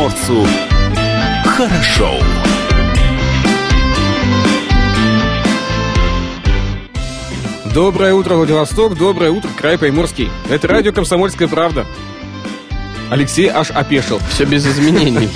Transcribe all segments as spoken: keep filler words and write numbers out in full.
комсомольцу хорошо. Доброе утро, Владивосток, доброе утро, край Приморский. Это радио «Комсомольская правда». Алексей аж опешил. Все без изменений.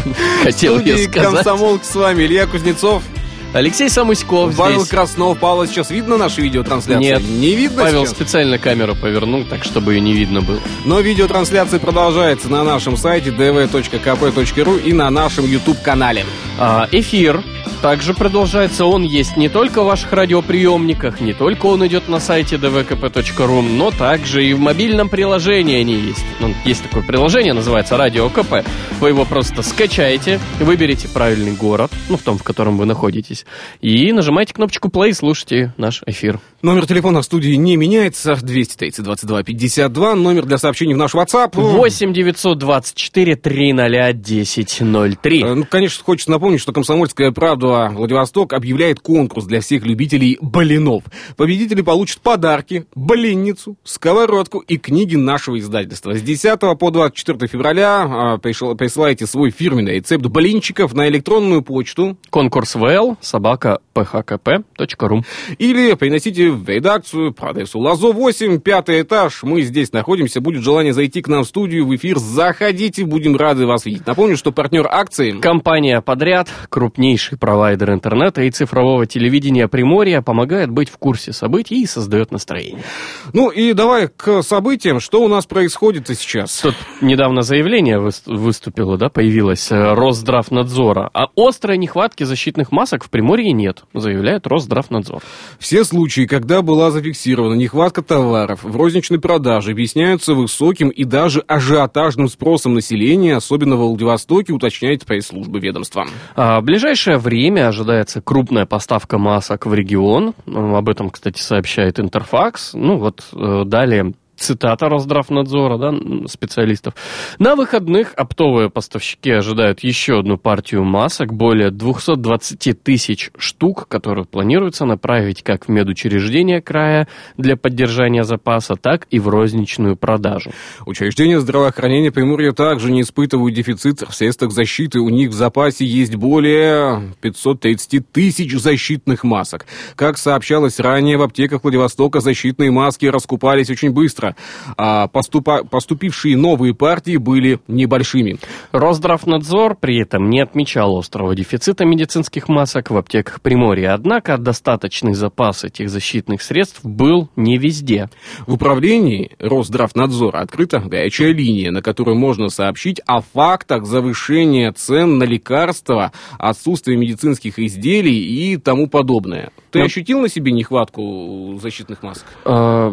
Хотел я сказать. Комсомолка с вами, Илья Кузнецов. Алексей Самуськов здесь. Павел Краснов. Павел, сейчас видно нашу видеотрансляцию? Нет. Не видно Павел сейчас? специально камеру повернул, так, чтобы ее не видно было. Но видеотрансляция продолжается на нашем сайте дэ вэ точка ка пэ точка ру и на нашем YouTube-канале. А, эфир также продолжается. Он есть не только в ваших радиоприемниках, не только он идет на сайте дэ вэ ка пэ точка ру, но также и в мобильном приложении они есть. Ну, есть такое приложение, называется «Радио КП». Вы его просто скачаете, выберите правильный город, ну, в том, в котором вы находитесь, и нажимаете кнопочку play и слушайте наш эфир. Номер телефона в студии не меняется. двести тридцать двадцать два пятьдесят два. Номер для сообщений в наш WhatsApp. восемь девятьсот двадцать четыре триста десять ноль три. Ну, конечно, хочется напомнить, что «Комсомольская правда» Владивосток объявляет конкурс для всех любителей блинов. Победители получат подарки, блинницу, сковородку и книги нашего издательства. С десятого по двадцать четвёртое февраля пришел, присылайте свой фирменный рецепт блинчиков на электронную почту Конкурс ВЛ собака пэ ха ка пэ точка ру. Или приносите в редакцию по адресу Лазо восемь, пятый этаж. Мы здесь находимся. Будет желание зайти к нам в студию, в эфир, заходите, будем рады вас видеть. Напомню, что партнер акции... Компания «Подряд», крупнейший провайдер интернета и цифрового телевидения Приморья, помогает быть в курсе событий и создает настроение. Ну и давай к событиям. Что у нас происходит сейчас? Тут недавно заявление выступило, да, появилось Росздравнадзора. О острой нехватке защитных масок в Приморье нет, заявляет Росздравнадзор. Все случаи, когда была зафиксирована нехватка товаров в розничной продаже, объясняются высоким и даже ажиотажным спросом населения, особенно в Владивостоке, уточняет пресс-служба ведомства. А в ближайшее время ожидается крупная поставка масок в регион. Об этом, кстати, сообщает Интерфакс. Ну вот, далее... Цитата Росздравнадзора, да, специалистов. На выходных оптовые поставщики ожидают еще одну партию масок, более двести двадцать тысяч штук, которые планируется направить как в медучреждения края для поддержания запаса, так и в розничную продажу. Учреждения здравоохранения Приморья также не испытывают дефицит в средствах защиты. У них в запасе есть более пятьсот тридцать тысяч защитных масок. Как сообщалось ранее, в аптеках Владивостока защитные маски раскупались очень быстро. А поступа- поступившие новые партии были небольшими. Росздравнадзор при этом не отмечал острого дефицита медицинских масок в аптеках Приморья, однако достаточный запас этих защитных средств был не везде. В управлении Росздравнадзора открыта горячая линия, на которую можно сообщить о фактах завышения цен на лекарства, отсутствие медицинских изделий и тому подобное. Ты Но... ощутил на себе нехватку защитных масок? А...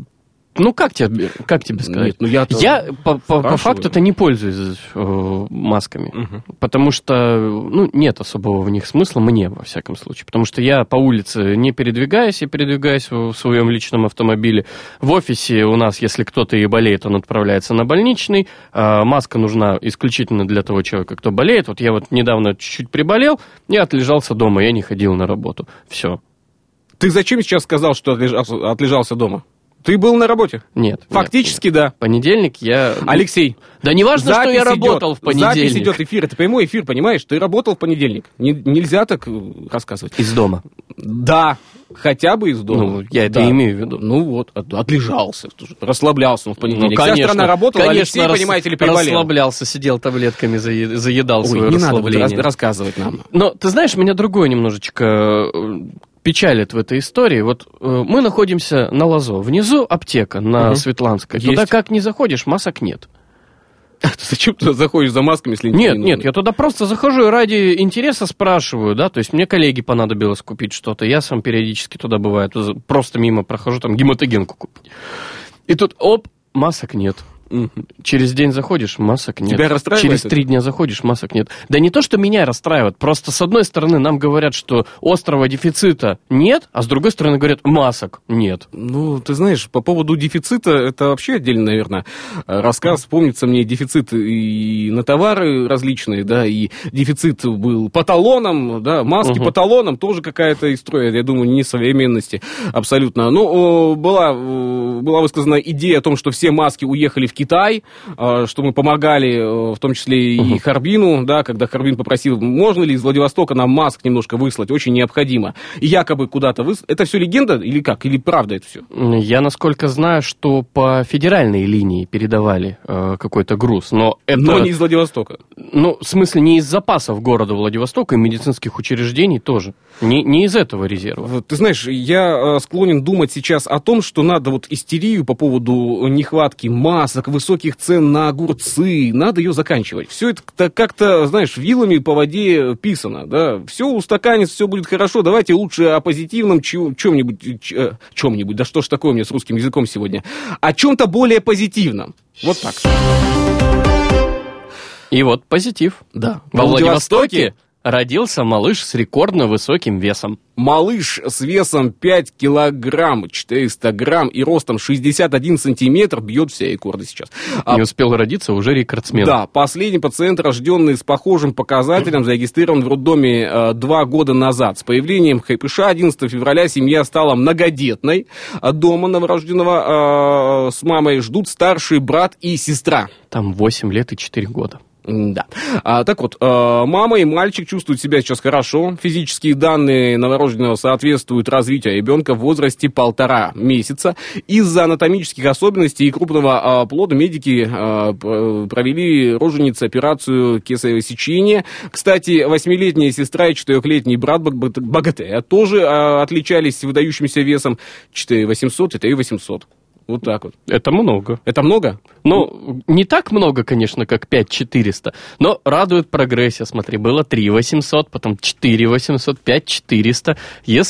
Ну, как тебе, как тебе сказать? Нет, ну я я по, по, по факту-то не пользуюсь э, масками, угу. потому что ну, нет особого в них смысла, мне, во всяком случае. Потому что я по улице не передвигаюсь, я передвигаюсь в своем личном автомобиле. В офисе у нас, если кто-то и болеет, он отправляется на больничный. А маска нужна исключительно для того человека, кто болеет. Вот я вот недавно чуть-чуть приболел, я отлежался дома, я не ходил на работу. Все. Ты зачем сейчас сказал, что отлежался, отлежался дома? Ты был на работе? Нет. Фактически, нет. да. Понедельник я... Алексей. Да не важно, что я работал идет, в понедельник. Запись идет, эфир. Это прямой эфир, понимаешь? Ты работал в понедельник. Не, нельзя так рассказывать. Из дома? Да. Хотя бы из дома. Ну, я это да. имею в виду. Ну вот, отлежался, расслаблялся в понедельник. Ну, конечно, вся страна работала, конечно, Алексей, рас, понимаете ли, приболел. Расслаблялся, сидел таблетками, заедал Ой, свое не расслабление. Надо будет рассказывать нам. Но, ты знаешь, меня другое немножечко... печалит в этой истории. Вот э, мы находимся на Лазо. Внизу аптека на угу. Светланской. Есть. Туда как не заходишь, масок нет. Зачем ты заходишь за масками, если нет, не нет, я туда просто захожу и ради интереса спрашиваю, да, то есть мне коллеге понадобилось купить что-то, я сам периодически туда бывает, просто мимо прохожу, там гематогенку купить. И тут, оп, масок нет. Угу. Через день заходишь, масок нет. Тебя расстраивает Через это? три дня заходишь, масок нет. Да не то, что меня расстраивает, просто с одной стороны нам говорят, что острого дефицита нет, а с другой стороны говорят, масок нет. Ну, ты знаешь, по поводу дефицита, это вообще отдельно, наверное, рассказ. Вспомнится мне дефицит и на товары различные, да, и дефицит был по талонам, да, маски угу. по талонам, тоже какая-то история, я думаю, не современности абсолютно. Ну, была, была высказана идея о том, что все маски уехали в Китай, что мы помогали, в том числе и угу. Харбину, да, когда Харбин попросил, можно ли из Владивостока нам масок немножко выслать, очень необходимо. И якобы куда-то выслать. Это все легенда или как? Или правда это все? Я, насколько знаю, что по федеральной линии передавали э, какой-то груз, но это... Но не из Владивостока. Ну, в смысле, не из запасов города Владивостока и медицинских учреждений тоже. Не, не из этого резерва. Ты знаешь, я склонен думать сейчас о том, что надо вот истерию по поводу нехватки масок, высоких цен на огурцы, надо ее заканчивать. Все это как-то, знаешь, вилами по воде писано, да. Все устаканится, все будет хорошо, давайте лучше о позитивном чем-нибудь, чем-нибудь, да что ж такое мне с русским языком сегодня, о чем-то более позитивном. Вот так. И вот позитив. Да. Во Владивостоке родился малыш с рекордно высоким весом. Малыш с весом пять килограмм четыреста грамм и ростом шестьдесят один сантиметр бьет все рекорды сейчас. Не успел родиться, уже рекордсмен. Да, последний пациент, рожденный с похожим показателем, зарегистрирован в роддоме э, два года назад. С появлением хайпыша одиннадцатого февраля семья стала многодетной. Дома новорожденного э, с мамой ждут старший брат и сестра. Там восемь лет и четыре года. Да. А, так вот, э, мама и мальчик чувствуют себя сейчас хорошо. Физические данные новорожденного соответствуют развитию ребенка в возрасте полтора месяца. Из-за анатомических особенностей и крупного э, плода медики э, провели роженице операцию кесарево сечения. Кстати, восьмилетняя сестра и четырехлетний брат богатыря тоже э, отличались выдающимся весом четыре тысячи восемьсот и три тысячи восемьсот. Вот так вот. Это много. Это много? Ну, не так много, конечно, как пять тысяч четыреста, но радует прогрессия. Смотри, было три тысячи восемьсот, потом четыре тысячи восемьсот, пять тысяч четыреста.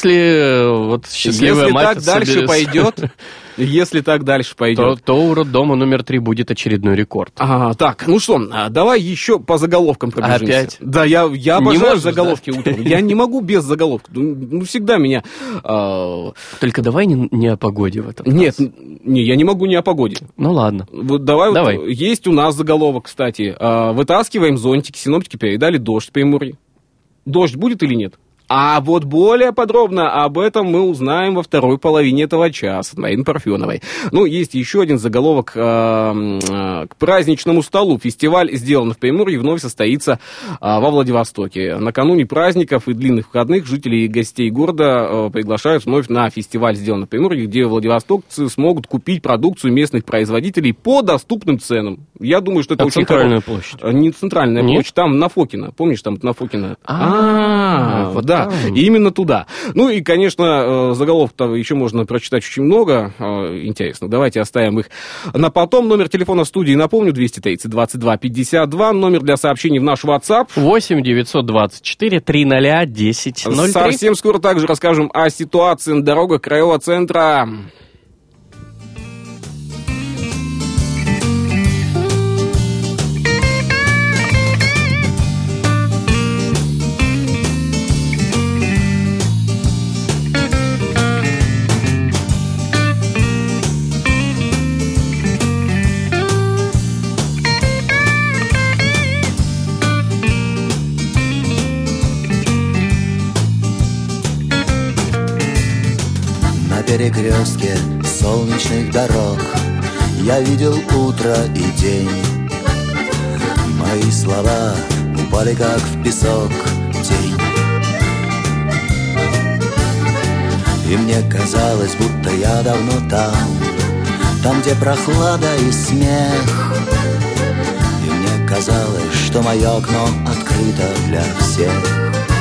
Если вот счастливая Если мать... так дальше соберет... пойдет, если так дальше пойдет... То, то у роддома номер три будет очередной рекорд. А, так, ну что, давай еще по заголовкам пробежимся. Опять? Да, я, я обожаю можешь, заголовки да? утром. Я не могу без заголовка. Ну, всегда меня... А... Только давай не, не о погоде в этом. Нет, не, я не могу не о погоде. Ну ладно. Вот давай, давай. Вот, есть у нас заголовок, кстати. А, вытаскиваем зонтики, синоптики передали дождь в Приморье. Дождь будет или нет? А вот более подробно об этом мы узнаем во второй половине этого часа от Марины Парфеновой. Ну, есть еще один заголовок э, э, к праздничному столу. Фестиваль «Сделано в Приморье» вновь состоится э, во Владивостоке. Накануне праздников и длинных выходных жителей и гостей города э, приглашают вновь на фестиваль «Сделано в Приморье», где владивостокцы смогут купить продукцию местных производителей по доступным ценам. Я думаю, что это а очень центральная хоро... площадь? Не центральная Нет? площадь, там на Фокина. Помнишь, там на Фокина? А, вот да. Да, именно туда. Ну и, конечно, заголовков еще можно прочитать очень много интересных. Давайте оставим их на потом. Номер телефона в студии, напомню, двести тридцать двадцать два пятьдесят два. Номер для сообщений в наш WhatsApp. восемь девятьсот двадцать четыре триста десять ноль три. Совсем скоро также расскажем о ситуации на дорогах Краевого центра. На перекрестке солнечных дорог я видел утро и день. Мои слова упали как в песок тень. И мне казалось, будто я давно там, там, где прохлада и смех. И мне казалось, что мое окно открыто для всех.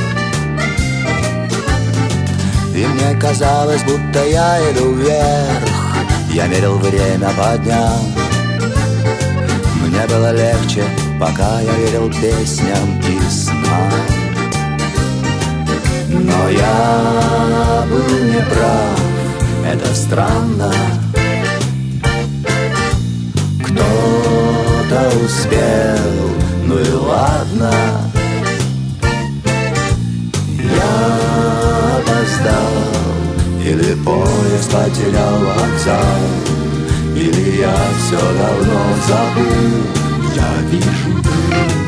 И мне казалось, будто я иду вверх. Я мерил время по дням. Мне было легче, пока я верил песням и снам. Но я был неправ, это странно. Кто-то успел, ну и ладно. Я опоздал, или поезд потерял вокзал, или я все давно забыл. Я вижу дым.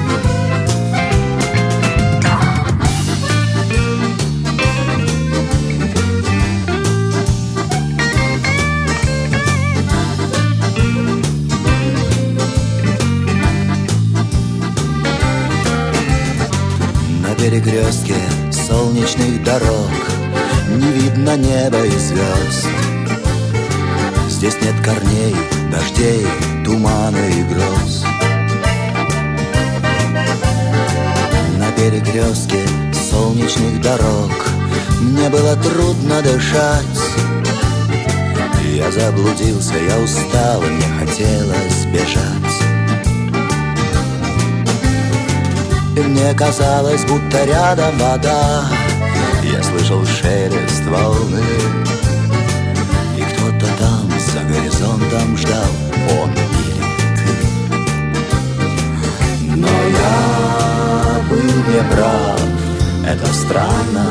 перекрестке солнечных дорог не видно неба и звезд. Здесь нет корней, дождей, тумана и гроз. На перекрестке солнечных дорог мне было трудно дышать. Я заблудился, я устал, и мне хотелось бежать. И мне казалось, будто рядом вода. Я слышал шелест волны, и кто-то там за горизонтом ждал, он или ты. Но я был неправ, это странно.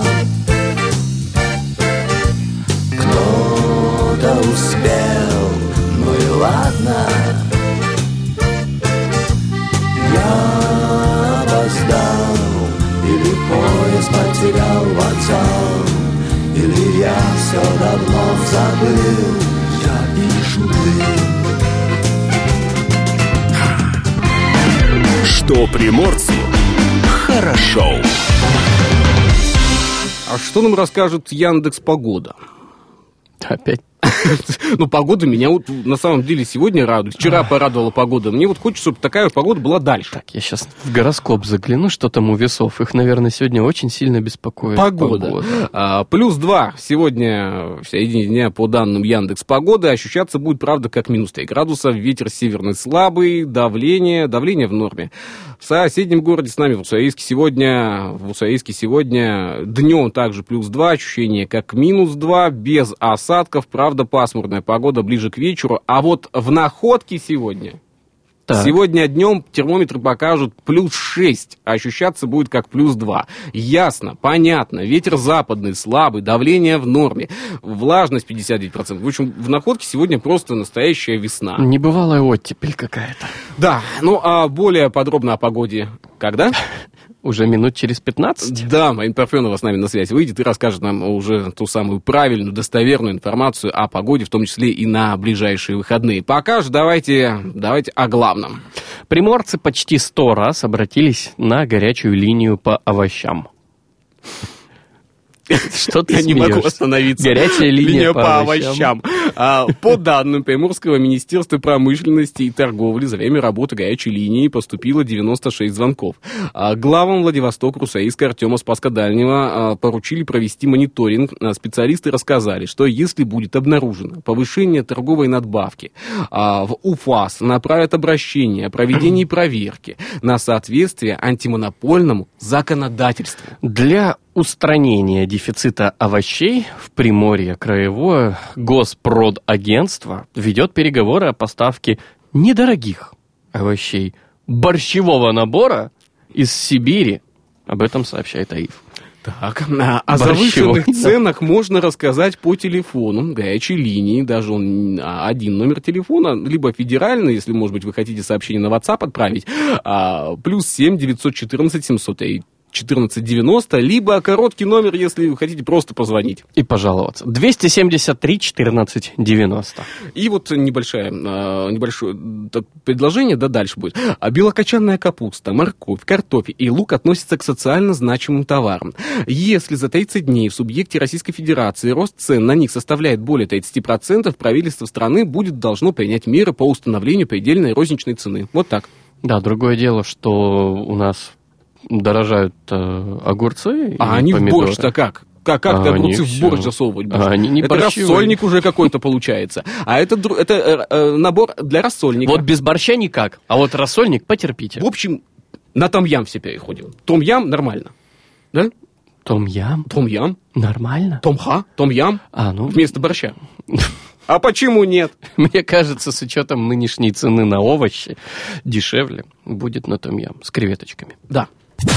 Кто-то успел, ну и ладно. Я опоздал, или поезд потерял вокзал, или я все давно забыл, я вижу дым. Что приморцу хорошо. А что нам расскажет Яндекс.Погода? Опять. Ну, погода меня вот на самом деле сегодня радует. Вчера порадовала погода. Мне вот хочется, чтобы такая погода была дальше. Так, я сейчас в гороскоп загляну, что там у весов. Их, наверное, сегодня очень сильно беспокоит. Погода. Погода. А, плюс два сегодня в середине дня по данным Яндекс.Погоды. Ощущаться будет, правда, как минус три градуса. Ветер северный слабый, давление, давление в норме. В соседнем городе с нами, в Уссурийске, сегодня, в Уссурийске сегодня днем также плюс два, ощущение как минус два, без осадков, правда, пасмурная погода ближе к вечеру. А вот в Находке сегодня, Так. сегодня днем термометры покажут плюс шесть, а ощущаться будет как плюс два. Ясно, понятно, ветер западный, слабый, давление в норме, влажность пятьдесят девять процентов. В общем, в Находке сегодня просто настоящая весна. Небывалая оттепель какая-то. Да, ну а более подробно о погоде когда? Уже минут через пятнадцать? Да, Марина Парфенова с нами на связь выйдет и расскажет нам уже ту самую правильную, достоверную информацию о погоде, в том числе и на ближайшие выходные. Пока же давайте, давайте о главном. Приморцы почти сто раз обратились на горячую линию по овощам. Что ты Я не смеешься? могу остановиться. Горячая линия, по, по овощам. овощам. А, по данным Приморского министерства промышленности и торговли, за время работы горячей линии поступило девяносто шесть звонков. А, главам Владивостока, Уссурийска, Артема Спаска-Дальнего а, поручили провести мониторинг. А, специалисты рассказали, что если будет обнаружено повышение торговой надбавки, а, в УФАС направят обращение о проведении проверки на соответствие антимонопольному законодательству. Для устранения дефицита овощей в Приморье краевое Госпродагентство ведет переговоры о поставке недорогих овощей борщевого набора из Сибири. Об этом сообщает АИФ. Так, а о Борщевой, завышенных ценах можно рассказать по телефону, горячей линии, даже он один номер телефона, либо федеральный, если, может быть, вы хотите сообщение на WhatsApp отправить, а, плюс семь девятьсот четырнадцать семьсот четырнадцать девяносто, либо короткий номер, если вы хотите просто позвонить. И пожаловаться. двести семьдесят три четырнадцать девяносто. И вот небольшое, небольшое предложение, да дальше будет. А белокочанная капуста, морковь, картофель и лук относятся к социально значимым товарам. Если за тридцать дней в субъекте Российской Федерации рост цен на них составляет более тридцать процентов, правительство страны будет должно принять меры по установлению предельной розничной цены. Вот так. Да, другое дело, что у нас дорожают э, огурцы А и они помидоры. в борщ-то как? Как, как А ты они огурцы в всё. борщ засовывать будешь? А они не это борщевые. рассольник уже какой-то получается. А это, дру- это э, э, набор для рассольника. Вот без борща никак, а вот рассольник потерпите. В общем, на том-ям все переходим. Том-ям нормально. Да? Том-ям? Том-ям. Нормально? Том-ха. Том-ям. А, ну, Вместо борща. А почему нет? мне кажется, с учетом нынешней цены на овощи, дешевле будет на том-ям с креветочками. Да.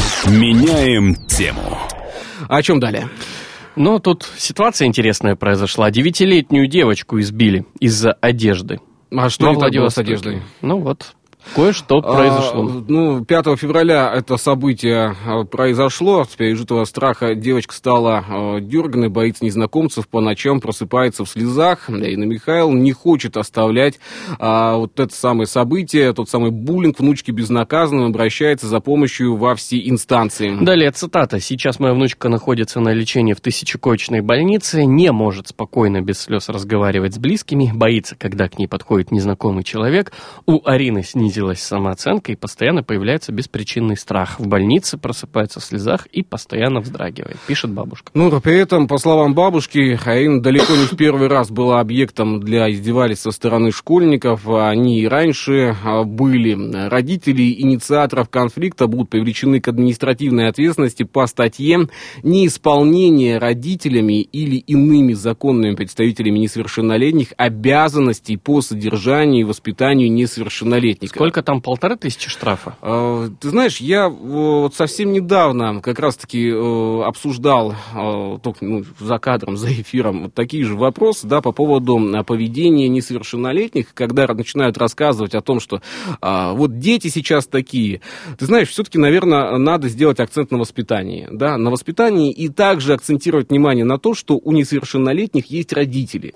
Меняем тему. А о чем далее? Но тут ситуация интересная произошла. Девятилетнюю девочку избили из-за одежды. А что Во не так было с Владивостоке. одеждой? Ну вот, Кое-что произошло. А, ну, пятого февраля это событие произошло. С пережитого страха девочка стала дерганой, боится незнакомцев, по ночам просыпается в слезах. Ирина Михайловна не хочет оставлять а, вот это самое событие, тот самый буллинг внучки безнаказанным, обращается за помощью во все инстанции. Далее цитата. «Сейчас моя внучка находится на лечении в тысячекоечной больнице, не может спокойно без слез разговаривать с близкими, боится, когда к ней подходит незнакомый человек. У Арины снизилась самооценка и постоянно появляется беспричинный страх. В больнице просыпается в слезах и постоянно вздрагивает», пишет бабушка. Ну, при этом, по словам бабушки, Арина далеко не в первый раз была объектом для издевательств со стороны школьников. Они и раньше были. Родители инициаторов конфликта будут привлечены к административной ответственности по статье «Неисполнение родителями или иными законными представителями несовершеннолетних обязанностей по содержанию и воспитанию несовершеннолетних». Сколько там, полторы тысячи штрафа? Ты знаешь, я вот совсем недавно как раз-таки обсуждал, только ну, за кадром, за эфиром, вот такие же вопросы, да, по поводу поведения несовершеннолетних, когда начинают рассказывать о том, что а, вот дети сейчас такие. Ты знаешь, все-таки, наверное, надо сделать акцент на воспитании, да, на воспитании и также акцентировать внимание на то, что у несовершеннолетних есть родители.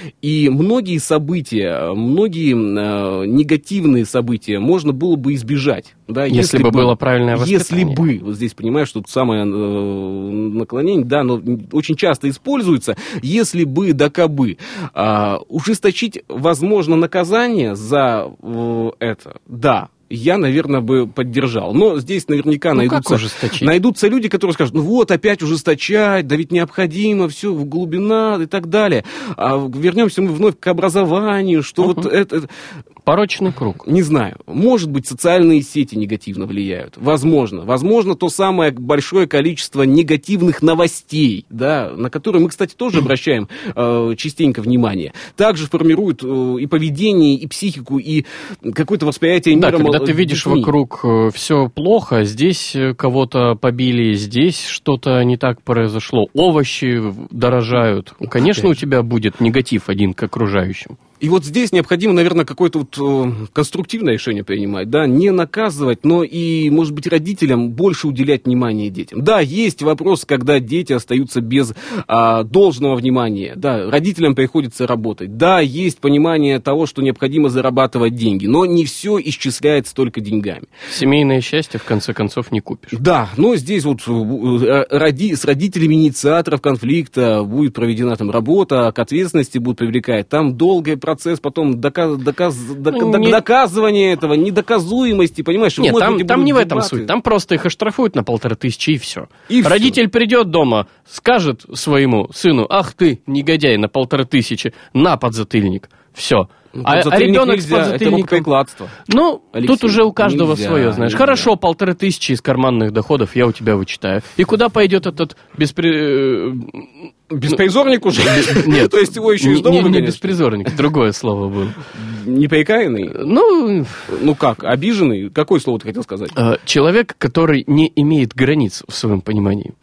И многие события, многие э, негативные события можно было бы избежать. Да, если, если бы было правильное воспитание. Если бы, вот здесь понимаешь, что тут самое э, наклонение, да, но очень часто используется, если бы, да кабы, э, ужесточить, возможно, наказание за э, это, да. Я, наверное, бы поддержал. Но здесь наверняка ну, найдутся, найдутся люди, которые скажут, ну вот, опять ужесточать, да ведь необходимо, все, глубина и так далее. А вернемся мы вновь к образованию, что uh-huh. вот это... Порочный круг. Не знаю. Может быть, социальные сети негативно влияют. Возможно. Возможно, то самое большое количество негативных новостей, да, на которые мы, кстати, тоже обращаем э, частенько внимание. Также формируют э, и поведение, и психику, и какое-то восприятие мира. Да, когда ты видишь детьми. Вокруг все плохо, здесь кого-то побили, здесь что-то не так произошло, овощи дорожают. Конечно, у тебя будет негатив один к окружающим. И вот здесь необходимо, наверное, какое-то вот э, конструктивное решение принимать, да, не наказывать, но и, может быть, родителям больше уделять внимание детям. Да, есть вопрос, когда дети остаются без э, должного внимания, да, родителям приходится работать. Да, есть понимание того, что необходимо зарабатывать деньги, но не все исчисляется только деньгами. Семейное счастье, в конце концов, не купишь. Да, но здесь вот э, роди, с родителями инициаторов конфликта будет проведена там работа, к ответственности будут привлекать, там долгая процесс. Процесс потом доказ, доказ, док, ну, не... доказывания этого, недоказуемости, понимаешь? Нет, там, быть, там не в этом дебаты. Суть. Там просто их оштрафуют на полторы тысячи и все. И Родитель все. Придет дома, скажет своему сыну, ах ты, негодяй, на полторы тысячи, на подзатыльник. Все. А, а ребенок нельзя, с подзатыльником... Ну, Алексей, тут уже у каждого нельзя, свое, знаешь. Нельзя. Хорошо, полторы тысячи из карманных доходов я у тебя вычитаю. И куда пойдет этот беспри... Беспризорник уже? Нет. То есть его еще из дома? Не, не беспризорник, другое слово было. Неприкаянный? Ну... Ну как, обиженный? Какое слово ты хотел сказать? Человек, который не имеет границ в своем понимании.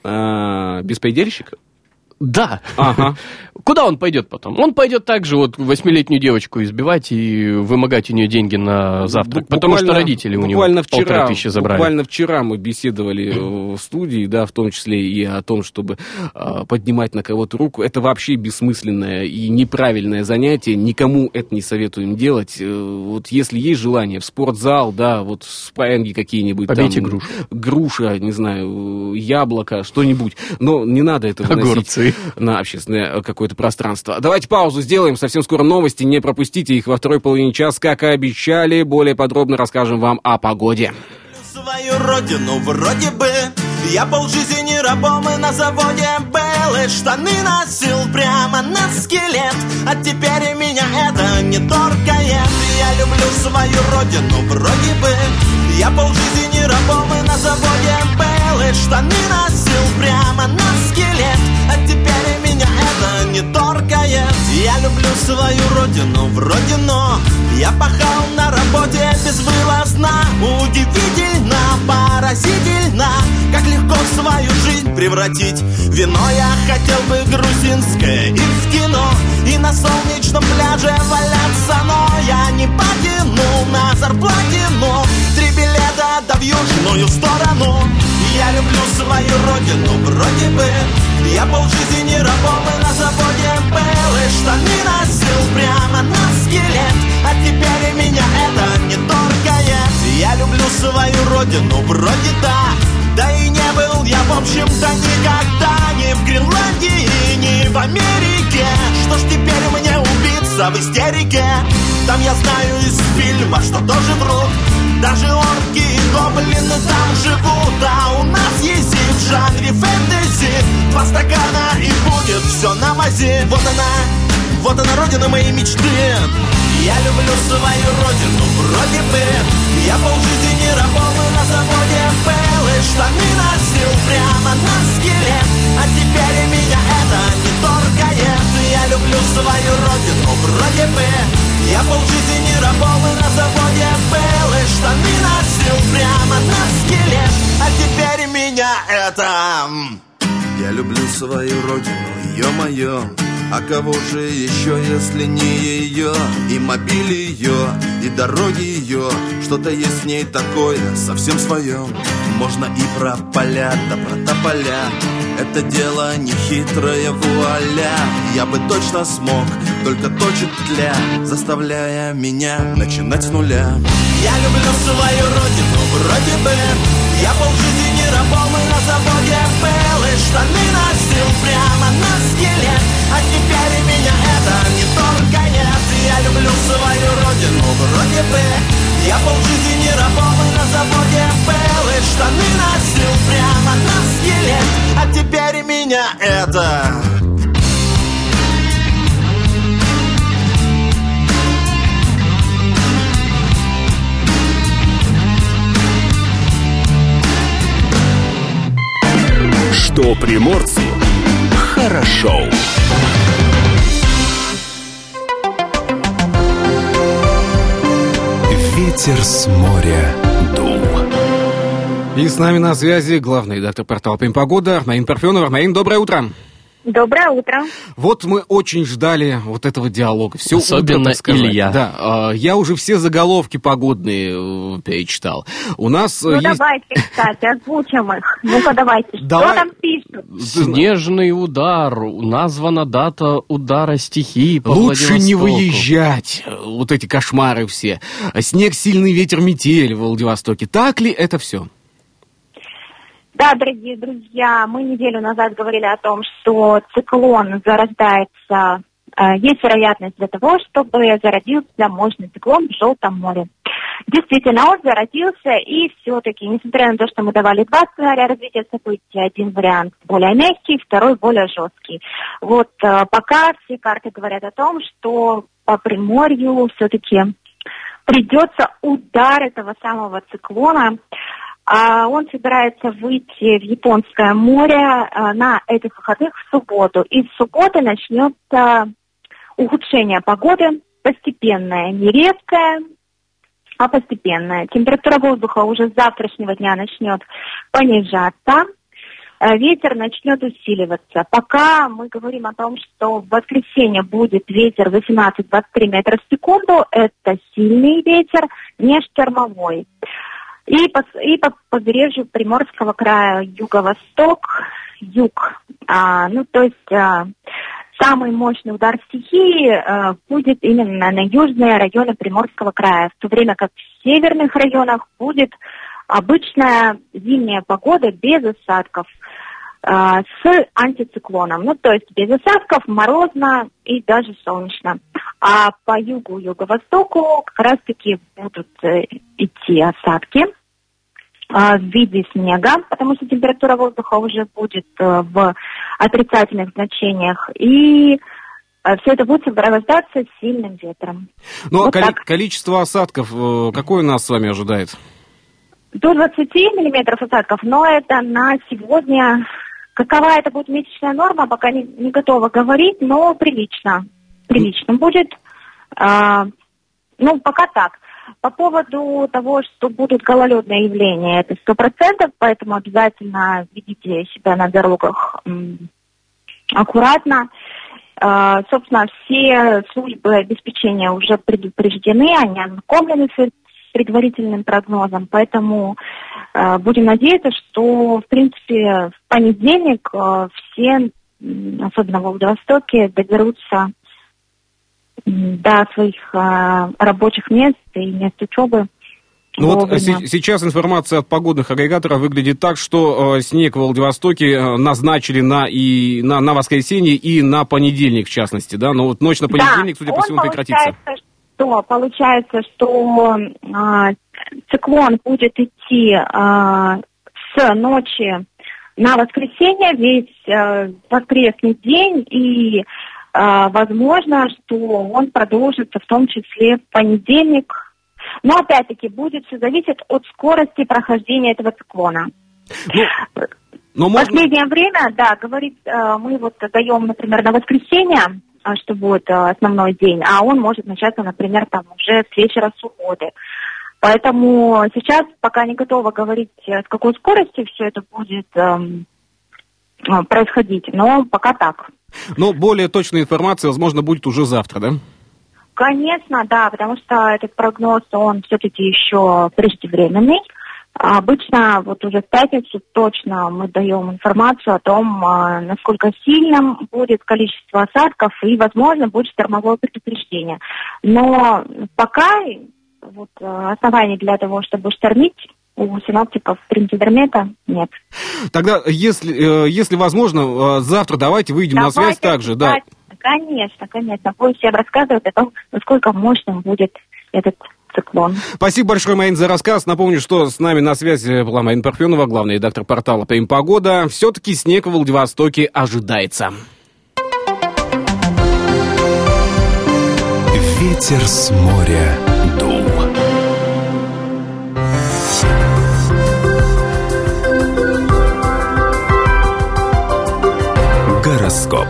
А, беспредельщик? Да. Ага. Куда он пойдет потом? Он пойдет также вот восьмилетнюю девочку избивать и вымогать у нее деньги на завтрак, буквально, потому что родители у него полторы тысячи забрали. Буквально вчера мы беседовали в студии, да, в том числе и о том, чтобы э, поднимать на кого-то руку. Это вообще бессмысленное и неправильное занятие. Никому это не советуем делать. Вот если есть желание в спортзал, да, вот спарринги какие-нибудь. Побейте там, грушу. Груша, не знаю, яблоко, что-нибудь. Но не надо это выносить на общественное какое-то пространство. Давайте паузу сделаем, совсем скоро новости, не пропустите их во второй половине часа, как и обещали, более подробно расскажем вам о погоде. Свою родину вроде бы я полжизни рабом и на заводе был, и штаны носил прямо на скелет, а теперь меня это не торкает. Я люблю свою родину вроде бы я полжизни рабом и на заводе был, и штаны носил прямо на скелет, а теперь меня это не торкает. Я люблю свою родину вроде, но я пахал на работе безвылазно. Удивительно, поразительно, как легко свою жизнь превратить в вино. Я хотел бы грузинское и в кино, и на солнечном пляже валяться, но я не потянул на зарплате люблю свою родину, вроде бы. Я полжизни рабом и на заводе был, и штаны носил прямо на скелет, а теперь меня это не торкает. Я люблю свою родину, вроде да, да и не был я, в общем-то, никогда ни в Гренландии, ни в Америке. Что ж теперь мне убиться в истерике? Там я знаю из фильма, что тоже врут. Даже орки и гоблины там живут. А у нас есть и в жанре фэнтези два стакана и будет все на мази. Вот она, вот она родина моей мечты. Я люблю свою родину, вроде бы. Я полжизни рабом и на заводе был, и штаны носил прямо на скелет, а теперь меня это не торкает. Я люблю свою родину, вроде бы. Я полжизни рабом и на заводе был, и штаны носил прямо на скелет, а теперь меня это... Я люблю свою родину, ё-моё. А кого же еще, если не ее? И мобиль ее, и дороги ее. Что-то есть в ней такое, совсем свое. Можно и про поля, да про тополя. Это дело не хитрое, вуаля. Я бы точно смог, только точит тля, заставляя меня начинать с нуля. Я люблю свою родину, вроде бы. Я полжизни рабом и на заводе был, и штаны носил прямо на скелет, а теперь меня это не торкает. Я люблю свою родину, вроде бы. Я полжизни рабом и на заводе был, и штаны носил прямо на скелет, а теперь меня это... Что приморцу хорошо. Ветер с моря дул. И с нами на связи главный редактор портала «Погода» Армаин Парфенов. Армаин, доброе утро. Доброе утро. Вот мы очень ждали вот этого диалога. Все Особенно утро, так сказать. Илья. Да, э, я уже все заголовки погодные э, перечитал. У нас ну есть... давайте, кстати, озвучим их. Ну-ка давайте, Давай. Что там пишут? Снежный удар. Названа дата удара стихии по Лучше не Владивостоку. выезжать. Вот эти кошмары все. Снег, сильный ветер, метель в Владивостоке. Так ли это все? Да, дорогие друзья, мы неделю назад говорили о том, что циклон зарождается, э, есть вероятность для того, чтобы зародился мощный циклон в Желтом море. Действительно, он зародился, и все-таки, несмотря на то, что мы давали два сценария развития событий, один вариант более мягкий, второй более жесткий. Вот э, пока все карты говорят о том, что по Приморью все-таки придется удар этого самого циклона. А он собирается выйти в Японское море а, на этих выходных в субботу. И с субботы начнется ухудшение погоды, постепенное, не резкое, а постепенное. Температура воздуха уже с завтрашнего дня начнет понижаться, а ветер начнет усиливаться. Пока мы говорим о том, что в воскресенье будет ветер восемнадцать - двадцать три метра в секунду, это сильный ветер, не штормовой. И по, и по побережью Приморского края юго-восток, юг. А, ну, то есть а, самый мощный удар стихии а, будет именно на южные районы Приморского края, в то время как в северных районах будет обычная зимняя погода без осадков а, с антициклоном. Ну, то есть без осадков, морозно и даже солнечно. А по югу, юго-востоку как раз-таки будут э, идти осадки э, в виде снега, потому что температура воздуха уже будет э, в отрицательных значениях. И э, все это будет сопровождаться сильным ветром. Ну, вот коли- количество осадков э, какое нас с вами ожидает? До двадцати миллиметров осадков, но это на сегодня. Какова это будет месячная норма, пока не, не готова говорить, но прилично. Прилично будет. А, ну, пока так. По поводу того, что будут гололедные явления, это сто процентов, поэтому обязательно ведите себя на дорогах м, аккуратно. А, собственно, все службы обеспечения уже предупреждены, они ознакомлены с предварительным прогнозом, поэтому э, будем надеяться, что, в принципе, в понедельник э, все, особенно в Владивостоке, доберутся до своих э, рабочих мест и мест учебы. Ну вот с- сейчас информация от погодных агрегаторов выглядит так, что э, снег в Владивостоке э, назначили на, и, на, на воскресенье и на понедельник, в частности, да? Но вот ночь на понедельник, да, судя по всему, прекратится. Что, получается, что э, циклон будет идти э, с ночи на воскресенье весь э, воскресный день, и э, возможно, что он продолжится в том числе в понедельник. Но, опять-таки, будет все зависеть от скорости прохождения этого циклона. Ну, но в можно... последнее время, да, говорит, мы вот даем, например, на воскресенье, что будет основной день, а он может начаться, например, там уже с вечера субботы. Поэтому сейчас пока не готова говорить, с какой скоростью все это будет эм, происходить, но пока так. Но более точная информация, возможно, будет уже завтра, да? Конечно, да, потому что этот прогноз, он все-таки еще преждевременный. Обычно вот уже в пятницу точно мы даем информацию о том, насколько сильным будет количество осадков и, возможно, будет штормовое предупреждение. Но пока вот оснований для того, чтобы штормить, у синоптиков Принцидермета нет. Тогда, если, если возможно, завтра давайте выйдем давайте на связь также, да. Конечно, конечно. Пусть всем рассказывают о том, насколько мощным будет этот циклон. Спасибо большое, Марина, за рассказ. Напомню, что с нами на связи была Марина Парфенова, главный редактор портала «Прим Погода». Все-таки снег в Владивостоке ожидается. Ветер с моря дул. Гороскоп.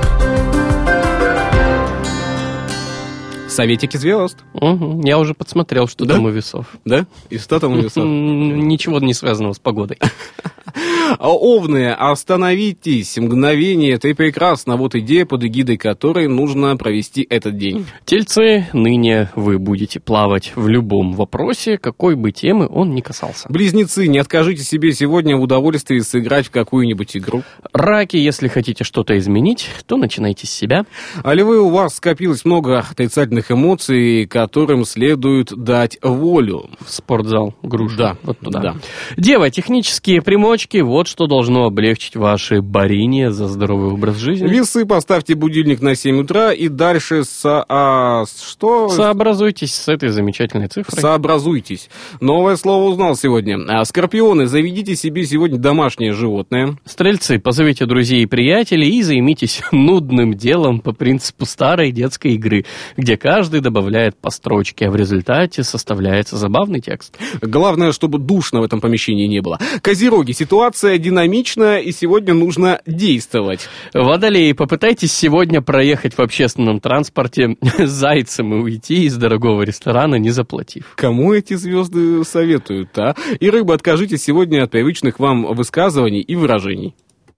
Советики звезд. Угу. Я уже подсмотрел, что да? там у весов. Да? И что там у весов? Ничего не связанного с погодой. Овны, остановитесь, мгновение, это и прекрасно. Вот идея, под эгидой которой нужно провести этот день. Тельцы, ныне вы будете плавать в любом вопросе, какой бы темы он ни касался. Близнецы, не откажите себе сегодня в удовольствии сыграть в какую-нибудь игру. Раки, если хотите что-то изменить, то начинайте с себя. А львы, у вас скопилось много отрицательных эмоций, которым следует дать волю. В спортзал, груша. Да, вот туда. Да. Дева, технические примочки, вот что должно облегчить ваше борение за здоровый образ жизни. Весы, поставьте будильник на семь утра и дальше со... А, что? Сообразуйтесь с этой замечательной цифрой. Сообразуйтесь. Новое слово узнал сегодня. А, скорпионы, заведите себе сегодня домашнее животное. Стрельцы, позовите друзей и приятелей и займитесь нудным делом по принципу старой детской игры, где каждый добавляет по строчке, а в результате составляется забавный текст. Главное, чтобы душно в этом помещении не было. Козероги, ситуация динамичная, и сегодня нужно действовать. Водолеи, попытайтесь сегодня проехать в общественном транспорте с зайцем и уйти из дорогого ресторана, не заплатив. Кому эти звезды советуют, а? И рыбы, откажитесь сегодня от привычных вам высказываний и выражений.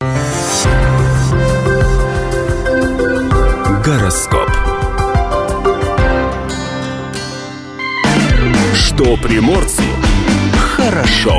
Гороскоп. Что приморцу хорошо.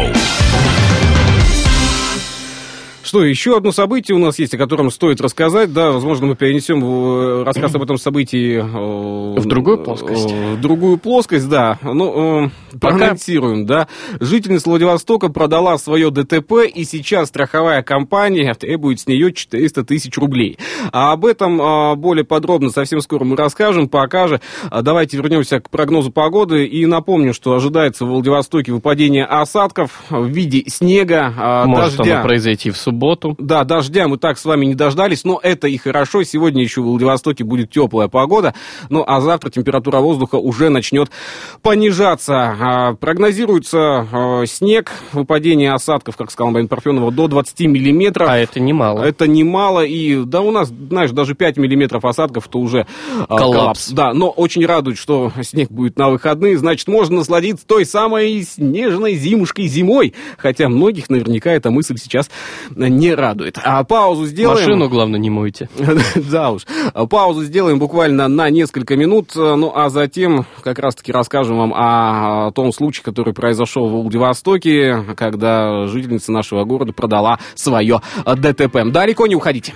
Что, еще одно событие у нас есть, о котором стоит рассказать. Да, возможно, мы перенесем рассказ об этом событии в другую плоскость. В другую плоскость, да. Ну, проанонсируем, да. Жительница Владивостока продала свое ДТП, и сейчас страховая компания требует с нее четыреста тысяч рублей. А об этом более подробно совсем скоро мы расскажем. Пока же давайте вернемся к прогнозу погоды. И напомню, что ожидается в Владивостоке выпадение осадков в виде снега, Может дождя. оно произойти в субботу. Да, дождя мы так с вами не дождались, но это и хорошо. Сегодня еще в Владивостоке будет теплая погода, ну а завтра температура воздуха уже начнет понижаться. А, прогнозируется а, снег, выпадение осадков, как сказала Марина Парфенова, до двадцати миллиметров. А это немало. Это немало, и да у нас, знаешь, даже пять миллиметров осадков, это уже а, коллапс. коллапс. Да, но очень радует, что снег будет на выходные, значит, можно насладиться той самой снежной зимушкой зимой, хотя многих наверняка эта мысль сейчас не радует. А паузу сделаем. Машину, главное, не мойте. Да уж. Паузу сделаем буквально на несколько минут, ну а затем как раз-таки расскажем вам о том случае, который произошел в Владивостоке, когда жительница нашего города продала свое ДТП. Далеко не уходите.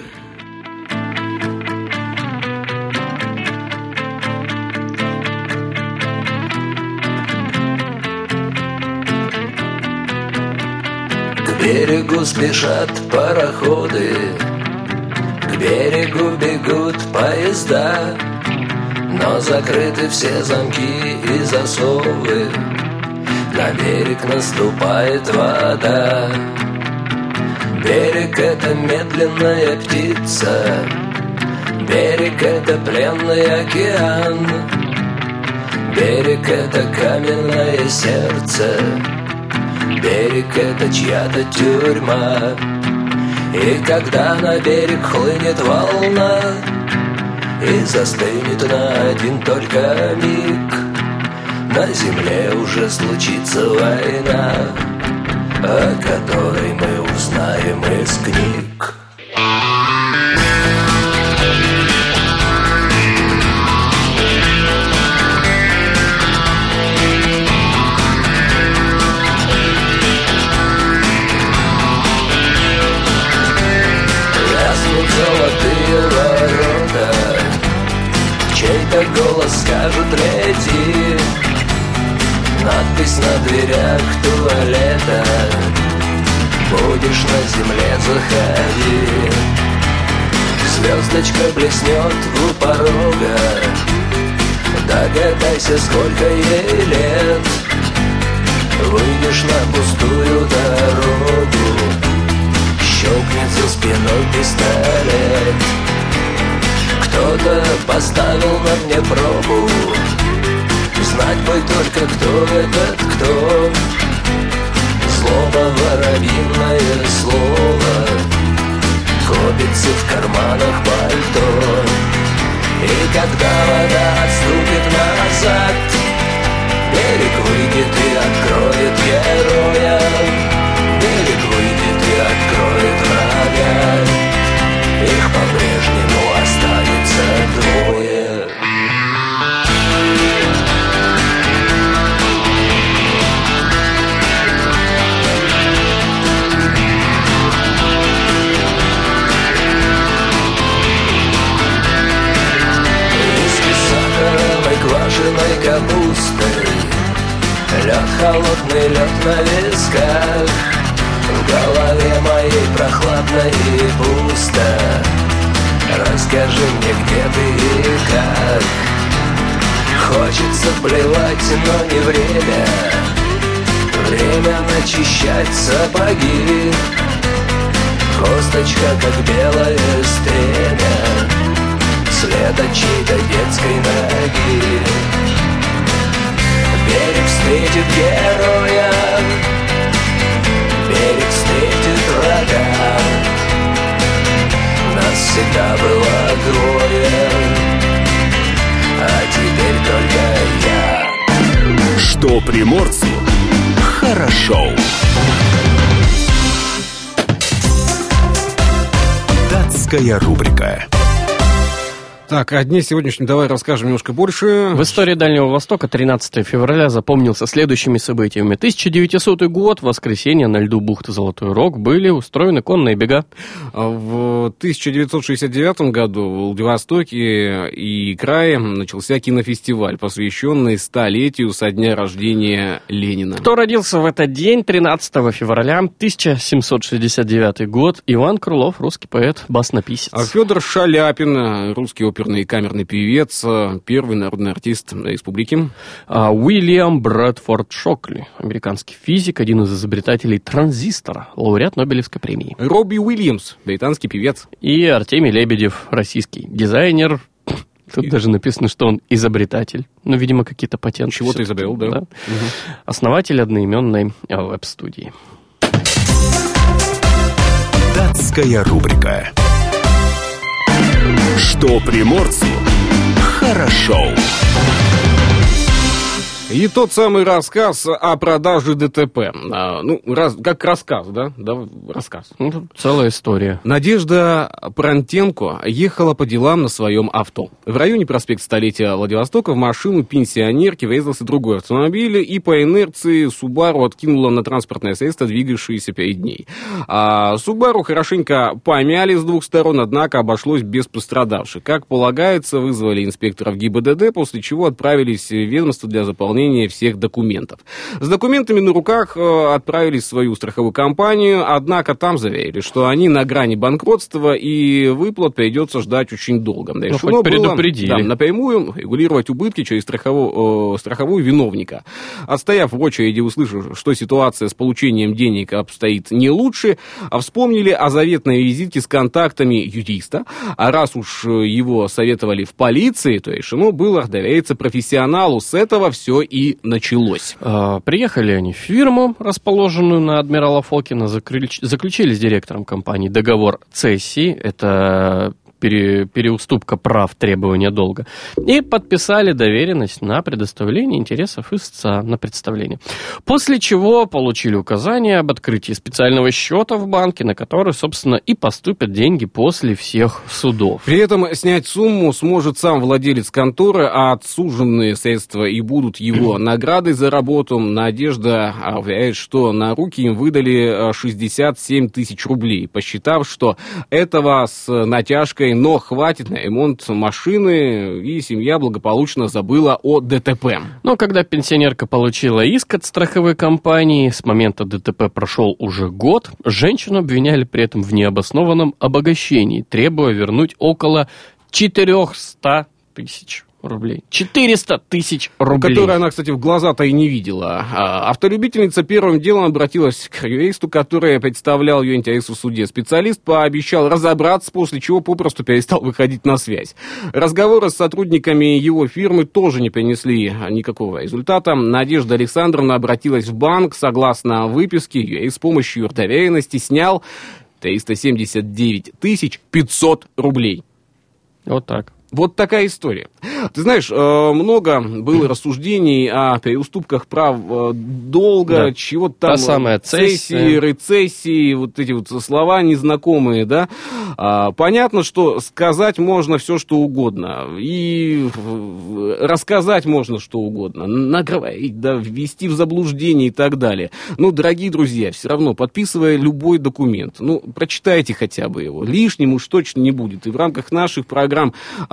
К берегу спешат пароходы, к берегу бегут поезда, но закрыты все замки и засовы, на берег наступает вода. Берег — это медленная птица, берег — это пленный океан, берег — это каменное сердце, берег — это чья-то тюрьма. И когда на берег хлынет волна и застынет на один только миг, на земле уже случится война, о которой мы узнаем из книг. Золотые ворота, чей-то голос скажет лети, надпись на дверях туалета, будешь на земле, заходи. Звездочка блеснет у порога, догадайся, сколько ей лет. Выйдешь на пустую дорогу, щелкнет за спиной пистолет. Кто-то поставил на мне пробу, знать бы только, кто этот кто. Злоба, воробьиное слово, копится в карманах пальто. И когда вода отступит назад, берег выйдет и откроет героя. Берег выйдет и откроет врага, их по-прежнему останется двое. Виски с сахаром и квашеной капустой, лед, холодный лед на висках. В голове моей прохладно и пусто. Расскажи мне, где ты и как. Хочется плевать, но не время. Время начищать сапоги. Косточка, как белое стремя, след от чьей-то детской ноги. Берег встретит героя, берег встретит врага. Нас всегда было двое, а теперь только я. Что приморцу хорошо. Датская рубрика. Так, о дне сегодняшнем давай расскажем немножко больше. В истории Дальнего Востока тринадцатого февраля запомнился следующими событиями. тысяча девятисотый год, воскресенье, на льду бухты Золотой Рог были устроены конные бега. В тысяча девятьсот шестьдесят девятом году в Владивостоке и крае начался кинофестиваль, посвященный столетию со дня рождения Ленина. Кто родился в этот день, тринадцатого февраля, тысяча семьсот шестьдесят девятый год? Иван Крылов, русский поэт, баснописец. А Федор Шаляпин, русский оперный и камерный певец, первый народный артист республики. А Уильям Брэдфорд Шокли, американский физик, один из изобретателей транзистора, лауреат Нобелевской премии. Робби Уильямс, британский певец. И Артемий Лебедев, российский дизайнер. Тут даже написано, что он изобретатель. Ну, видимо, какие-то патенты. Чего-то изобрел, да. да? Угу. Основатель одноименной веб-студии. Датская рубрика. Что приморцу хорошо. И тот самый рассказ о продаже ДТП. А, ну, раз, как рассказ, да? Да, рассказ. Ну, целая история. Надежда Пронтенко ехала по делам на своем авто. В районе проспекта Столетия Владивостока в машину пенсионерки врезался другой автомобиль, и по инерции Субару откинула на транспортное средство, двигавшееся перед ней. А Субару хорошенько помяли с двух сторон, однако обошлось без пострадавших. Как полагается, вызвали инспекторов ГИБДД, после чего отправились в ведомство для заполнения всех документов. С документами на руках отправились в свою страховую компанию, однако там заверили, что они на грани банкротства и выплат придется ждать очень долго. Ну, хоть предупредили. Было, да, напрямую регулировать убытки через страховую, страховую виновника. Отстояв в очереди, услышав, что ситуация с получением денег обстоит не лучше, вспомнили о заветной визитке с контактами юриста, а раз уж его советовали в полиции, то решено было довериться профессионалу. С этого все и началось. А, приехали они в фирму, расположенную на Адмирала Фокина, заключ... заключили с директором компании договор цессии, это пере... переуступка прав, требования долга, и подписали доверенность на предоставление интересов истца на представление. После чего получили указание об открытии специального счета в банке, на который, собственно, и поступят деньги после всех судов. При этом снять сумму сможет сам владелец конторы, а отсуженные средства и будут его наградой за работу. Надежда уверяет, что на руки им выдали шестьдесят семь тысяч рублей, посчитав, что этого с натяжкой, но хватит на ремонт машины, и семья благополучно забыла о ДТП. Но когда пенсионерка получила иск от страховой компании, с момента ДТП прошел уже год, женщину обвиняли при этом в необоснованном обогащении, требуя вернуть около четыреста тысяч рублей. четыреста тысяч рублей. Которые она, кстати, в глаза-то и не видела. А автолюбительница первым делом обратилась к юристу, который представлял ее интересы в суде. Специалист пообещал разобраться, после чего попросту перестал выходить на связь. Разговоры с сотрудниками его фирмы тоже не принесли никакого результата. Надежда Александровна обратилась в банк. Согласно выписке, юрист с помощью доверенности снял триста семьдесят девять тысяч пятьсот рублей. Вот так. Вот такая история. Ты знаешь, много было рассуждений о переуступках прав долга, да. Чего-то там, та самая цессии, рецессии, вот эти вот слова незнакомые, да. Понятно, что сказать можно все, что угодно, и рассказать можно что угодно, наговорить, да, ввести в заблуждение и так далее. Ну, дорогие друзья, все равно, подписывая любой документ, ну, прочитайте хотя бы его, лишним уж точно не будет. И в рамках наших программ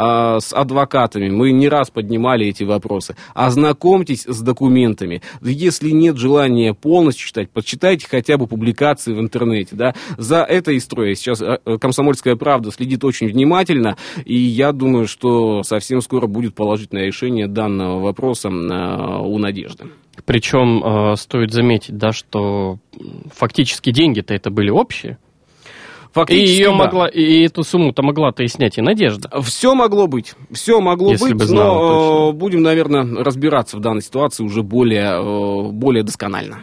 с адвокатами мы не раз поднимали эти вопросы. Ознакомьтесь с документами. Если нет желания полностью читать, почитайте хотя бы публикации в интернете. Да? За этой историей сейчас «Комсомольская правда» следит очень внимательно, и я думаю, что совсем скоро будет положительное решение данного вопроса у Надежды. Причем э, стоит заметить, да, что фактически деньги-то это были общие. И ее да. могла, и эту сумму-то могла-то и снять и Надежда. Все могло быть, все могло Если быть, бы знала, но точно. Будем, наверное, разбираться в данной ситуации уже более, более досконально.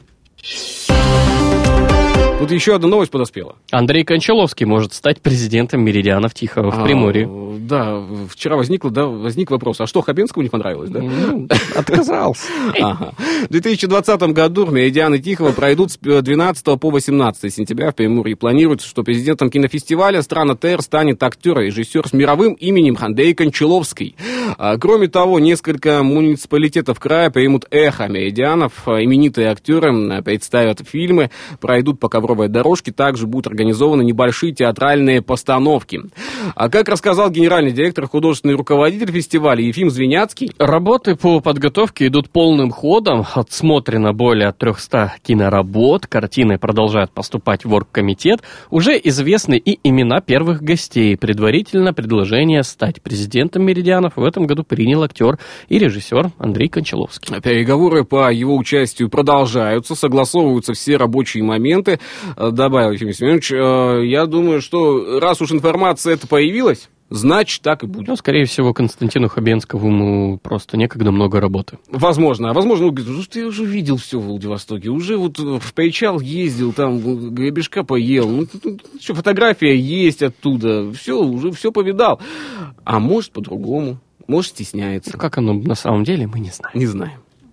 Тут еще одна новость подоспела. Андрей Кончаловский может стать президентом Меридианов Тихого в Приморье. А, да, вчера возникло, да, возник вопрос, а что, Хабенскому не понравилось, да? Ну, отказался. Ага. В две тысячи двадцатом году Меридианы Тихого пройдут с двенадцатого по восемнадцатое сентября в Приморье. Планируется, что президентом кинофестиваля «Страна ТР» станет актер и режиссер с мировым именем Андрей Кончаловский. А, кроме того, несколько муниципалитетов края примут эхо Меридианов. Именитые актеры представят фильмы, пройдут по ковровой дорожке, также будут организованы небольшие театральные постановки. А как рассказал генеральный директор, художественный руководитель фестиваля Ефим Звеняцкий, работы по подготовке идут полным ходом. Отсмотрено более трехсот киноработ. Картины продолжают поступать в оргкомитет. Уже известны и имена первых гостей. Предварительно предложение стать президентом Меридианов в этом году принял актер и режиссер Андрей Кончаловский. Переговоры по его участию продолжаются, согласовываются все рабочие моменты. Добавил Ефим Семенович, я думаю, что раз уж информация эта появилась, значит, так и будет. Ну, скорее всего, Константину Хабенскому просто некогда много работы. Возможно. А возможно, он говорит, что я уже видел все в Владивостоке. Уже вот в Причал ездил, там гребешка поел. Ну, что, фотография есть оттуда. Все, уже все повидал. А может, по-другому. Может, стесняется. Как оно на самом деле, мы не знаем. Не знаем.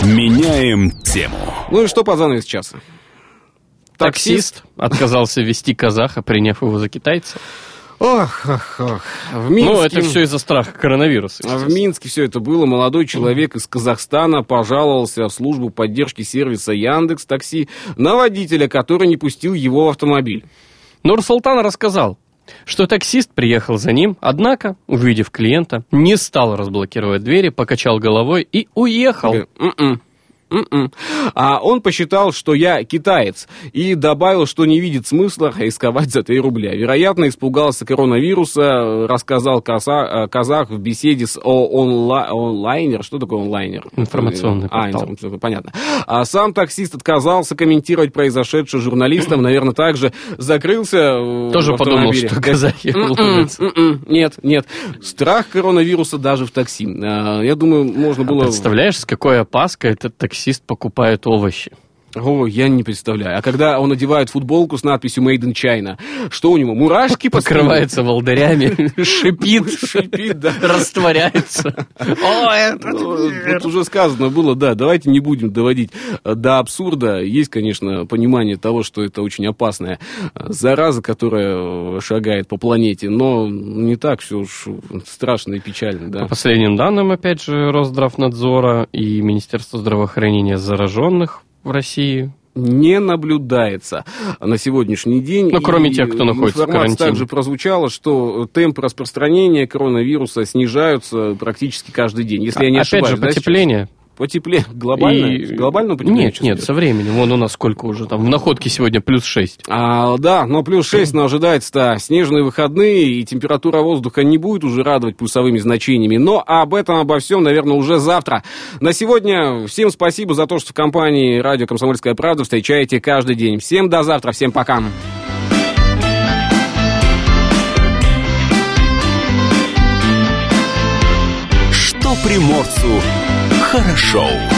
Меняем тему. Ну и что по занавес часа? Таксист отказался вести казаха, приняв его за китайца. Ох, ох, ох. В Минске... Ну, это все из-за страха коронавируса. В Минске все это было. Молодой человек из Казахстана пожаловался в службу поддержки сервиса Яндекс.Такси на водителя, который не пустил его в автомобиль. Нур-Султан рассказал, что таксист приехал за ним, однако, увидев клиента, не стал разблокировать двери, покачал головой и уехал. М-м. Mm-mm. А он посчитал, что я китаец, и добавил, что не видит смысла рисковать за три рубля. Вероятно, испугался коронавируса, рассказал казах, казах в беседе с онла, онлайнер. Что такое онлайнер? Информационный а, портал. Информационный, понятно. А сам таксист отказался комментировать произошедшее журналистам, наверное, также закрылся. Тоже подумал, что казахи улыбаются. Нет, нет. Страх коронавируса даже в такси. Я думаю, можно было... А представляешь, с какой опаской этот таксист покупает овощи? О, я не представляю. А когда он одевает футболку с надписью «Made in China», что у него, мурашки по спине? Покрывается волдырями, шипит, шипит, да. Растворяется. О, это... Тут уже сказано было, да, давайте не будем доводить до абсурда. Есть, конечно, понимание того, что это очень опасная зараза, которая шагает по планете, но не так все уж страшно и печально, да. По последним данным, опять же, Росздравнадзора и Министерства здравоохранения зараженных в России не наблюдается на сегодняшний день. Ну, кроме и тех, кто находится в карантине. Информация также прозвучала, что темпы распространения коронавируса снижаются практически каждый день. Если а, я не опять ошибаюсь, же, потепление. Потепление? Глобально? И... Глобально потепление? Нет, нет, со временем. Вон у нас сколько уже там. В Находке сегодня плюс шесть. А, да, но плюс шесть, но ожидается-то снежные выходные, и температура воздуха не будет уже радовать плюсовыми значениями. Но об этом, обо всем, наверное, уже завтра. На сегодня всем спасибо за то, что в компании радио «Комсомольская правда» встречаете каждый день. Всем до завтра, всем пока. Что приморцу хорошо.